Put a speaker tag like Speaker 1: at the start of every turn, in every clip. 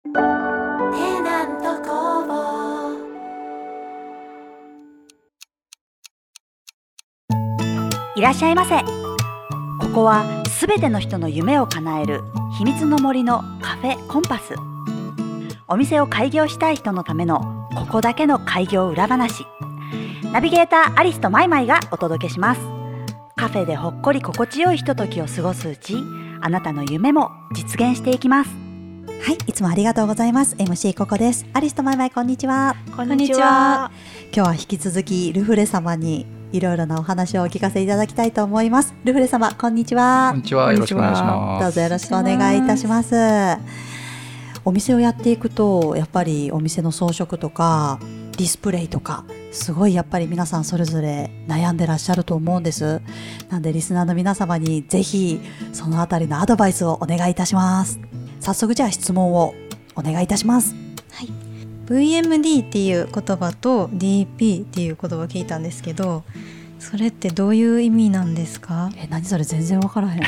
Speaker 1: テナント工房。
Speaker 2: いらっしゃいませ。ここはすべての人の夢を叶える秘密の森のカフェコンパス。お店を開業したい人のためのここだけの開業裏話。ナビゲーターアリスとマイマイがお届けします。カフェでほっこり心地よいひとときを過ごすうち、あなたの夢も実現していきます。
Speaker 3: はい、いつもありがとうございます。 MC ココです。アリスとマイマイ、こんにちは。
Speaker 1: こんにちは。
Speaker 3: 今日は引き続きルフレ様にいろいろなお話をお聞かせいただきたいと思います。ルフレ様、こんにちは。
Speaker 4: こんにちは、よろしくお願いします。
Speaker 3: どうぞよろしくお願いいたします。お店をやっていくと、やっぱりお店の装飾とかディスプレイとか、すごいやっぱり皆さんそれぞれ悩んでらっしゃると思うんです。なんでリスナーの皆様にぜひそのあたりのアドバイスをお願いいたします。早速じゃあ質問をお願いいたします。
Speaker 5: はい、VMD っていう言葉と DP っていう言葉を聞いたんですけど、それってどういう意味なんですか？
Speaker 3: 何それ、全然わからへん。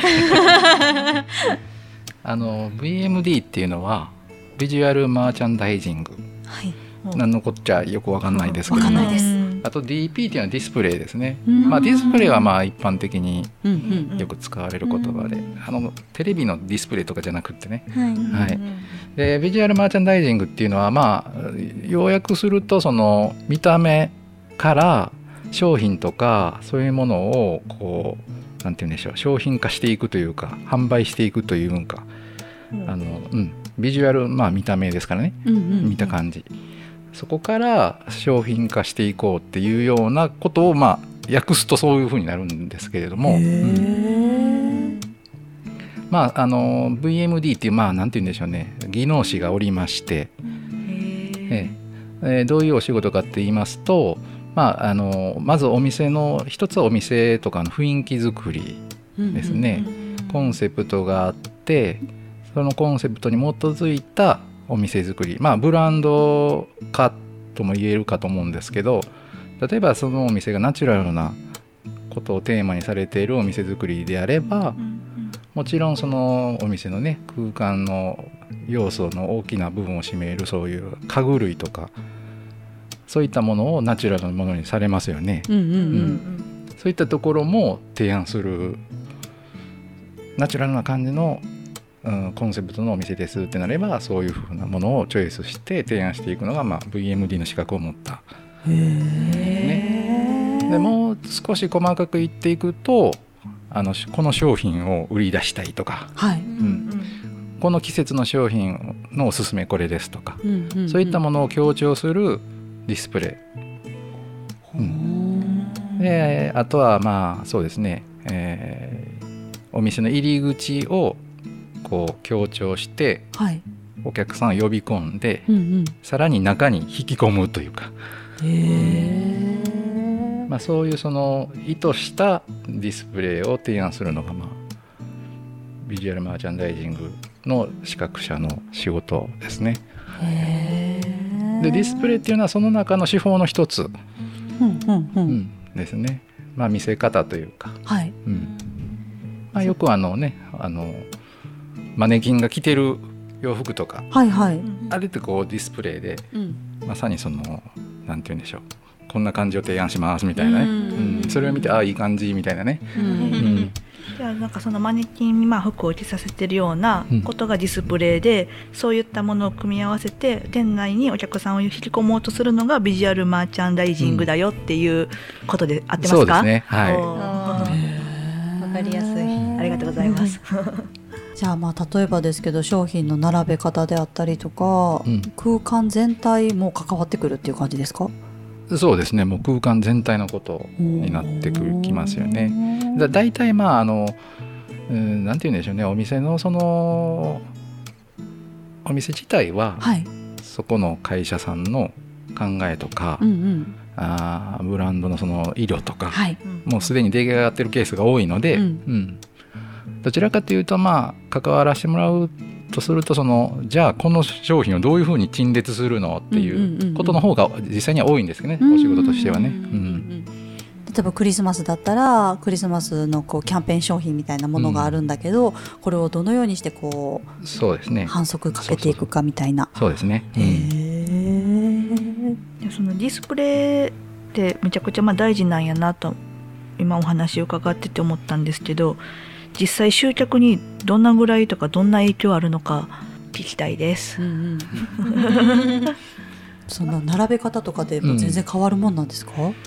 Speaker 4: VMD っていうのはビジュアルマーチャンダイジング、
Speaker 5: はい、
Speaker 4: 何のこっちゃよくわかんないですけど、
Speaker 3: わかんないです。
Speaker 4: あと DP っていうのはディスプレイですね。ディスプレイは一般的によく使われる言葉で、テレビのディスプレイとかじゃなくってね、はい、でビジュアルマーチャンダイジングっていうのは要約すると、その見た目から商品とかそういうものをこうなんて言うんでしょう、商品化していくというか販売していくというか、ビジュアル、見た目ですからね、見た感じ、そこから商品化していこうっていうようなことを訳すとそういうふうになるんですけれども、VMD っていうなんて言うんでしょうね、技能士がおりまして、どういうお仕事かって言いますと、まずお店の一つはお店とかの雰囲気作りですね。コンセプトがあって、そのコンセプトに基づいたお店作り、ブランド化とも言えるかと思うんですけど、例えばそのお店がナチュラルなことをテーマにされているお店作りであれば、もちろんそのお店のね、空間の要素の大きな部分を占めるそういう家具類とか、そういったものをナチュラルなものにされますよね。そういったところも提案する、ナチュラルな感じの、コンセプトのお店ですってなれば、そういうふうなものをチョイスして提案していくのが、VMD の資格を持った、でもう少し細かく言っていくと、この商品を売り出したいとか、この季節の商品のおすすめこれですとか、そういったものを強調するディスプレイ、であとはそうですね、お店の入り口をこう強調して、お客さんを呼び込んで、さらに中に引き込むというか、そういうその意図したディスプレイを提案するのが、ビジュアルマーチャンダイジングの資格者の仕事ですね。でディスプレイっていうのはその中の手法の一つ、ですね。見せ方というか、よくマネキンが着てる洋服とか、あれってこうディスプレイで、まさにそのなんて言うんでしょう、こんな感じを提案しますみたいなね、それを見ていい感じみたいなね、
Speaker 1: じゃあなんかそのマネキンに服を着させてるようなことがディスプレイで、そういったものを組み合わせて店内にお客さんを引き込もうとするのがビジュアルマーチャンダイジングだよっていうことで合ってますか？
Speaker 4: そうですね、
Speaker 1: わかりやすい、ありがとうございます。
Speaker 3: じゃあ例えばですけど、商品の並べ方であったりとか、空間全体も関わってくるっていう感じですか？
Speaker 4: そうですね、もう空間全体のことになってきますよね。だいたいなんて言うんでしょうね、お店のそのお店自体は、そこの会社さんの考えとか、ブランドのその色とか、もうすでに出来上がってるケースが多いので、どちらかというと関わらせてもらうとすると、じゃあこの商品をどういうふうに陳列するのっていうことの方が実際には多いんですけどね、お仕事としてはね。
Speaker 3: 例えばクリスマスだったらクリスマスのこうキャンペーン商品みたいなものがあるんだけど、これをどのようにしてこう
Speaker 4: そうですね、
Speaker 3: 反則かけていくかみたいな。
Speaker 4: そうですね、
Speaker 1: そのディスプレイってめちゃくちゃ大事なんやなと今お話を伺ってて思ったんですけど、実際集客にどんなぐらいとかどんな影響あるのか聞きたいです。
Speaker 3: その並べ方とかでも全然変わるもんなんですか？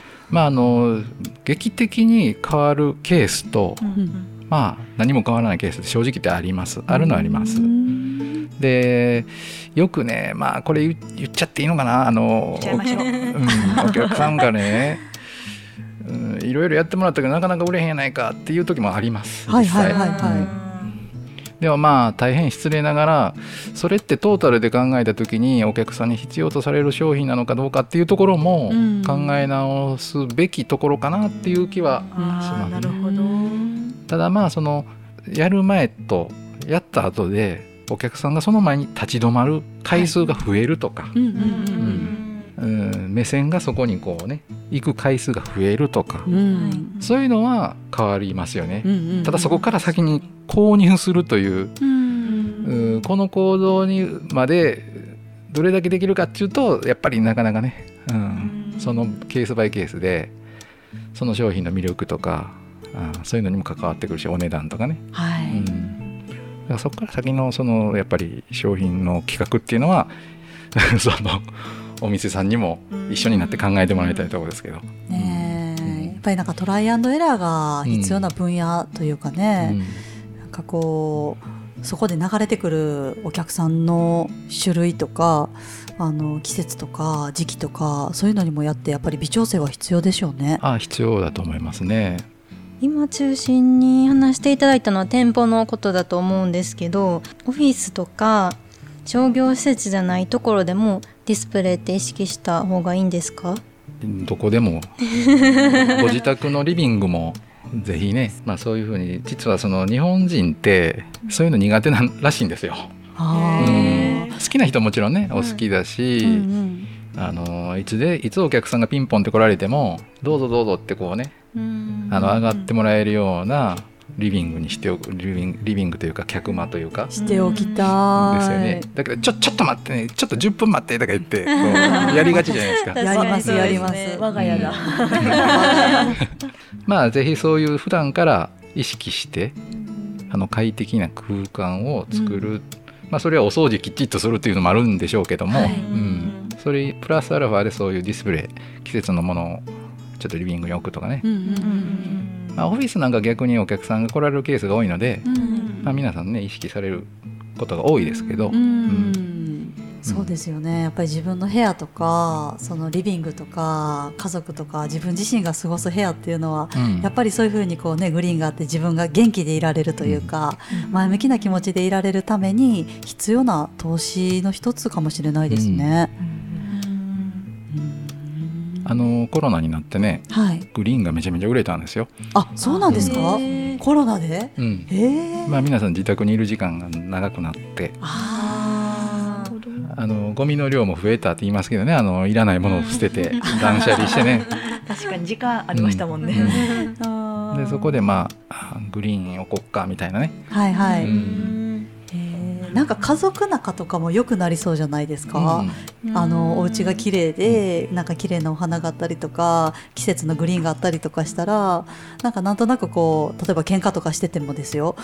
Speaker 4: 劇的に変わるケースと、何も変わらないケースって正直言ってあります。あるのはあります。でよくね、これ言っちゃっていいのかな、
Speaker 1: 言っちゃいましょう。
Speaker 4: お客さんがねいろいろやってもらったけどなかなか売れへんやないかっていう時もあります。実際。でも大変失礼ながら、それってトータルで考えた時にお客さんに必要とされる商品なのかどうかっていうところも考え直すべきところかなっていう気はします。
Speaker 1: なるほど。
Speaker 4: ただそのやる前とやった後でお客さんがその前に立ち止まる回数が増えるとか、目線がそこにこうね行く回数が増えるとか、そういうのは変わりますよね。ただそこから先に購入するという、この行動にまでどれだけできるかっていうとやっぱりなかなかね、そのケースバイケースでその商品の魅力とか、そういうのにも関わってくるし、お値段とかね、だからそこから先のそのやっぱり商品の企画っていうのはそのお店さんにも一緒になって考えてもらいたいところですけど、
Speaker 3: やっぱりなんかトライアンドエラーが必要な分野というかね、なんかこうそこで流れてくるお客さんの種類とか季節とか時期とかそういうのにもやってやっぱり微調整は必要でしょうね。
Speaker 4: 必要だと思いますね。
Speaker 5: 今中心に話していただいたのは店舗のことだと思うんですけど、オフィスとか商業施設じゃないところでもディスプレイって意識した方がいいんですか？
Speaker 4: どこでもご自宅のリビングもぜひね、そういうふうに、実はその日本人ってそういうの苦手ならしいんですよ。好きな人もちろんねお好きだし、いつお客さんがピンポンって来られてもどうぞどうぞってこうね、上がってもらえるようなリビングにしておく、リビングというか客間というか
Speaker 3: しておきたい
Speaker 4: ですよね。だけどちょっと待ってね、ちょっと10分待ってとか言ってこうやりがちじゃないですか。
Speaker 3: やりますやります、
Speaker 1: 我が家だ。
Speaker 4: ぜひそういう普段から意識して快適な空間を作る、それはお掃除きちっとするっていうのもあるんでしょうけども、それプラスアルファでそういうディスプレイ、季節のものをちょっとリビングに置くとかね、オフィスなんか逆にお客さんが来られるケースが多いので、皆さんね意識されることが多いですけど、
Speaker 3: そうですよね。やっぱり自分の部屋とかそのリビングとか家族とか自分自身が過ごす部屋っていうのは、やっぱりそういう風にこうねグリーンがあって自分が元気でいられるというか、前向きな気持ちでいられるために必要な投資の一つかもしれないですね。
Speaker 4: コロナになってね、グリーンがめちゃめちゃ売れたんですよ。
Speaker 3: そうなんですか？コロナで？
Speaker 4: 皆さん自宅にいる時間が長くなって、ゴミの量も増えたって言いますけどね、いらないものを捨てて断捨離してね
Speaker 1: 確かに時間ありましたもんね。
Speaker 4: でそこでグリーン置こっかみたいなね。
Speaker 3: なんか家族仲とかも良くなりそうじゃないですか。お家が綺麗でなんか綺麗なお花があったりとか季節のグリーンがあったりとかしたら、なんとなくこう例えば喧嘩とかしててもですよ、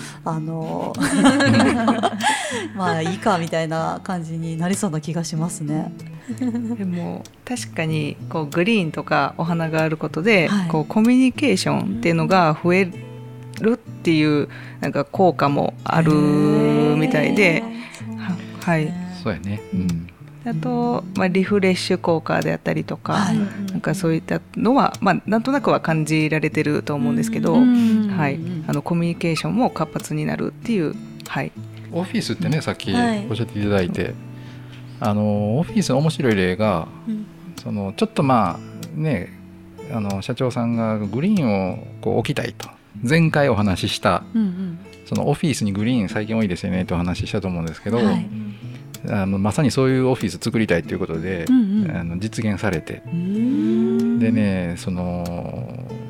Speaker 3: いいかみたいな感じになりそうな気がしますね。
Speaker 6: でも確かにこうグリーンとかお花があることで、こうコミュニケーションっていうのが増えるっていうなんか効果もあるみたいで、
Speaker 4: そうやね。
Speaker 6: あと、リフレッシュ効果であったりとか、なんかそういったのは、なんとなくは感じられてると思うんですけど、コミュニケーションも活発になるっていう、
Speaker 4: オフィスってね、さっきおっしゃっていただいて、オフィスの面白い例が、ちょっと社長さんがグリーンをこう置きたいと前回お話しした、そのオフィスにグリーン最近多いですよねとお話ししたと思うんですけど、まさにそういうオフィス作りたいということで、実現されて、でね、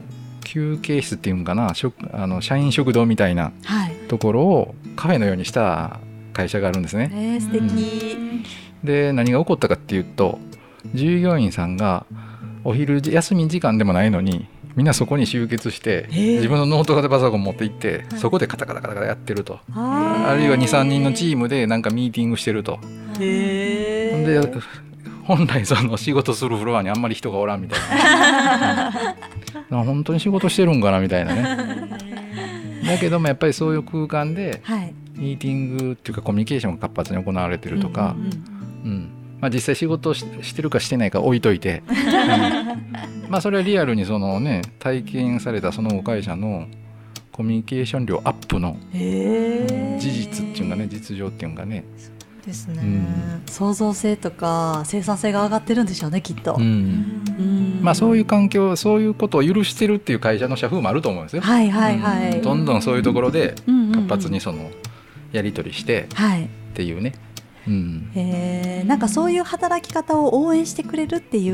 Speaker 4: 休憩室っていうんかな、社員食堂みたいなところをカフェのようにした会社があるんですね。
Speaker 3: 素敵、
Speaker 4: で何が起こったかっていうと、従業員さんがお昼休み時間でもないのにみんなそこに集結して、自分のノート型パソコン持って行って、そこでカタカタカタカタやってると、あるいは 2,3 人のチームでなんかミーティングしてると。で本来その仕事するフロアにあんまり人がおらんみたいな本当に仕事してるんかなみたいなねだけどもやっぱりそういう空間でミーティングっていうかコミュニケーションが活発に行われてるとか、実際仕事をしてるかしてないか置いといて、それはリアルにその、ね、体験されたその会社のコミュニケーション量アップの事実っていうかね、実情っていうかね
Speaker 5: ですね、
Speaker 3: 創造性とか生産性が上がってるんでしょうね、きっと。
Speaker 4: そういう環境、そういうことを許してるっていう会社の社風もあると思うんですよ。どんどんそういうところで活発にそのやり取りしてっていうね、
Speaker 3: なんかそういう働き方を応援してくれるっていう、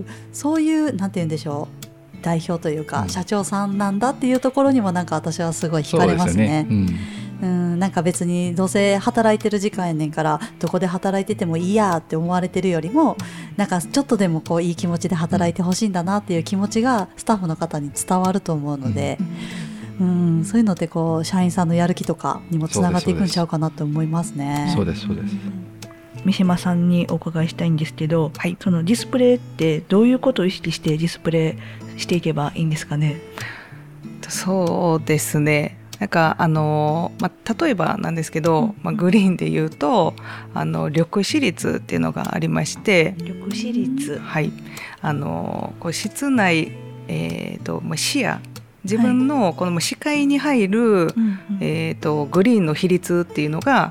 Speaker 3: そういうなんて言うんでしょう、代表というか、社長さんなんだっていうところにもなんか私はすごい惹かれますね。なんか別にどうせ働いてる時間やねんからどこで働いててもいいやって思われてるよりも、なんかちょっとでもこういい気持ちで働いてほしいんだなっていう気持ちがスタッフの方に伝わると思うので、そういうのってこう社員さんのやる気とかにもつながっていくんちゃうかなと思いますね。
Speaker 4: そうですそうです。
Speaker 1: 三島さんにお伺いしたいんですけど、そのディスプレイってどういうことを意識してディスプレイしていけばいいんですかね。
Speaker 6: そうですね、なんか例えばなんですけど、グリーンでいうと緑地率っていうのがありまして、
Speaker 1: 緑地率、
Speaker 6: こう室内、視野、自分のこの視界に入る、グリーンの比率っていうのが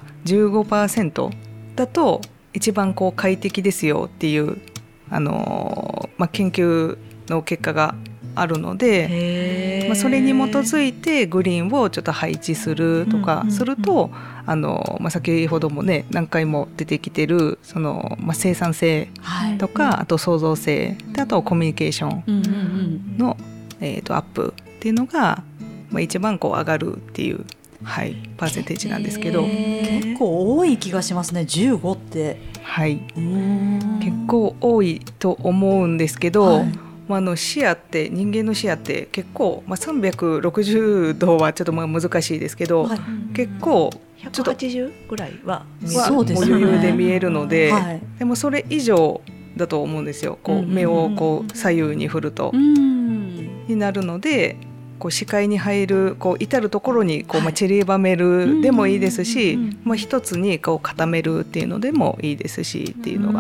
Speaker 6: 15% だと一番こう快適ですよっていう、研究の結果があるので、それに基づいてグリーンをちょっと配置するとかすると、先ほどもね何回も出てきてるその、生産性とか、あと創造性で、あとコミュニケーションの、アップっていうのが、一番こう上がるっていう、パーセンテージなんですけど、
Speaker 3: 結構多い気がしますね、15って。
Speaker 6: 結構多いと思うんですけど、視野って人間の視野って結構、360度はちょっと難しいですけど、結構ちょっと
Speaker 1: 180ぐらいは
Speaker 6: 余裕で見えるので、でもそれ以上だと思うんですよ。こう目をこう左右に振るとになるので、こう視界に入るこう至るところにこう散りばめるでもいいですし、一つにこう固めるっていうのでもいいですしっていうのが、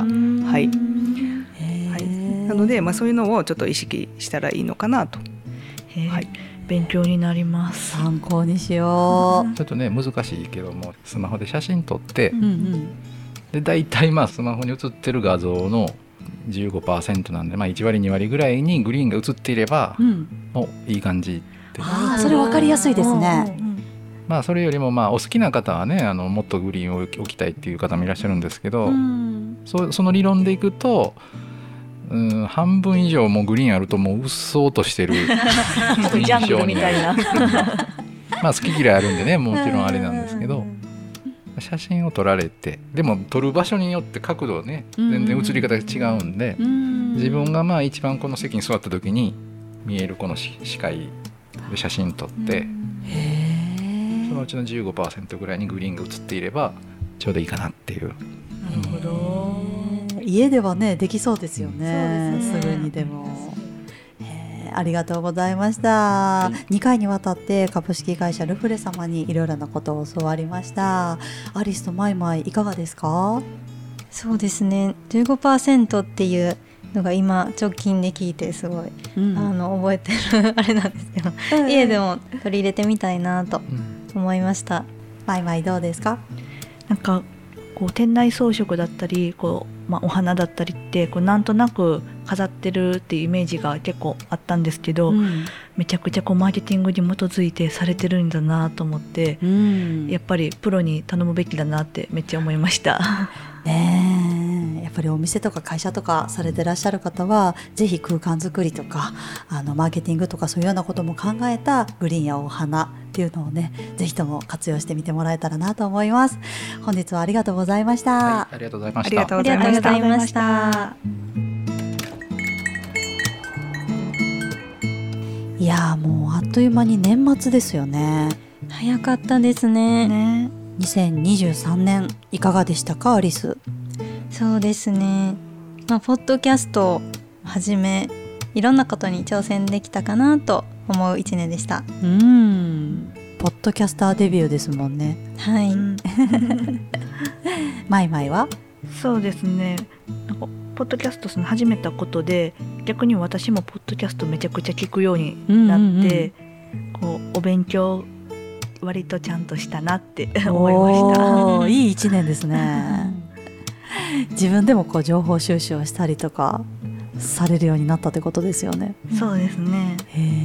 Speaker 6: なので、そういうのをちょっと意識したらいいのかなと。
Speaker 1: 勉強になります。
Speaker 3: 参考にしよう。
Speaker 4: ちょっとね難しいけども、スマホで写真撮って、でだいたいスマホに写ってる画像の 15% なんで、1割2割ぐらいにグリーンが写っていれば、もういい感じって。
Speaker 3: それ分かりやすいですね。
Speaker 4: それよりもお好きな方はね、もっとグリーンを置きたいっていう方もいらっしゃるんですけど、その理論でいくと、半分以上もグリーンあるともううっそうとしてる印象になる好き嫌いあるんでね、もちろんあれなんですけど、写真を撮られて、でも撮る場所によって角度ね全然写り方が違うんで、自分が一番この席に座った時に見えるこの視界で写真撮って、そのうちの 15% ぐらいにグリーンが写っていればちょうどいいかなっていう。
Speaker 1: なるほど。
Speaker 3: 家ではねできそうですよね、すぐにでも。ありがとうございました。2回にわたって株式会社ルフレ様にいろいろなことを教わりました。アリスとマイマイいかがですか？
Speaker 5: そうですね、 15% っていうのが今直近で聞いてすごい、覚えてるあれなんですけど、家でも取り入れてみたいなと思いました。
Speaker 3: マイマイどうですか？
Speaker 1: なんかこう店内装飾だったりお花だったりってなんとなく飾ってるっていうイメージが結構あったんですけど、めちゃくちゃマーケティングに基づいてされてるんだなと思って、やっぱりプロに頼むべきだなってめっちゃ思いました。
Speaker 3: やっぱりお店とか会社とかされてらっしゃる方はぜひ空間づくりとかマーケティングとかそういうようなことも考えたグリーンやお花っていうのをね、ぜひとも活用してみてもらえたらなと思います。本日はありがとうございました。
Speaker 4: はい、ありがとうございました。
Speaker 6: ありがとうございました。
Speaker 5: ありがとうございました。
Speaker 3: いやもうあっという間に年末ですよね。
Speaker 5: 早かったですね。
Speaker 3: 2023年いかがでしたか、アリス？
Speaker 5: そうですね、ポッドキャストをはじめいろんなことに挑戦できたかなと思う1年でした。
Speaker 3: ポッドキャスターデビューですもんね。
Speaker 5: はい。
Speaker 3: マイマイは？
Speaker 1: そうですね、なんかポッドキャスト始めたことで逆に私もポッドキャストめちゃくちゃ聞くようになって、こうお勉強割とちゃんとしたなって思いました。
Speaker 3: いい1年ですね。自分でもこう情報収集をしたりとかされるようになったってことですよね。
Speaker 1: そうですね。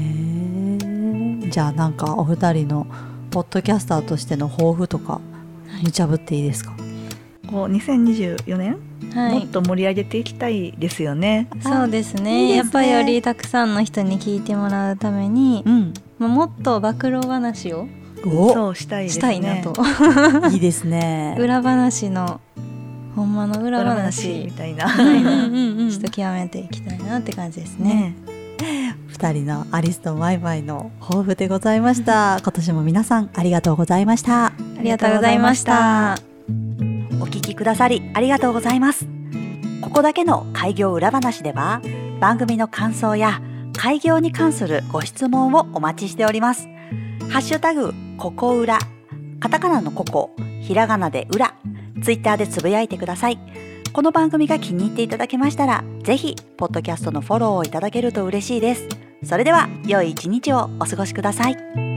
Speaker 3: じゃあなんかお二人のポッドキャスターとしての抱負とか無茶ぶっていいですか？
Speaker 1: こう2024年、もっと盛り上げていきたいですよね。
Speaker 5: そうですね。やっぱりよりたくさんの人に聞いてもらうために、もっと暴露話を
Speaker 1: そうしたいですね。
Speaker 5: したいなと。
Speaker 3: いいですね。
Speaker 5: 裏話のほんまの裏話
Speaker 1: みたいな
Speaker 5: ちょっと極めていきたいなって感じですね。
Speaker 3: 2人のアリスとマイマイの抱負でございました。今年も皆さんありがとうございました。
Speaker 5: ありがとうございました。
Speaker 2: お聞きくださりありがとうございます。ここだけの開業裏話では番組の感想や開業に関するご質問をお待ちしております。ハッシュタグここ裏、カタカナのここ、ひらがなで裏、ツイッターでつぶやいてください。この番組が気に入っていただけましたらぜひポッドキャストのフォローをいただけると嬉しいです。それでは良い一日をお過ごしください。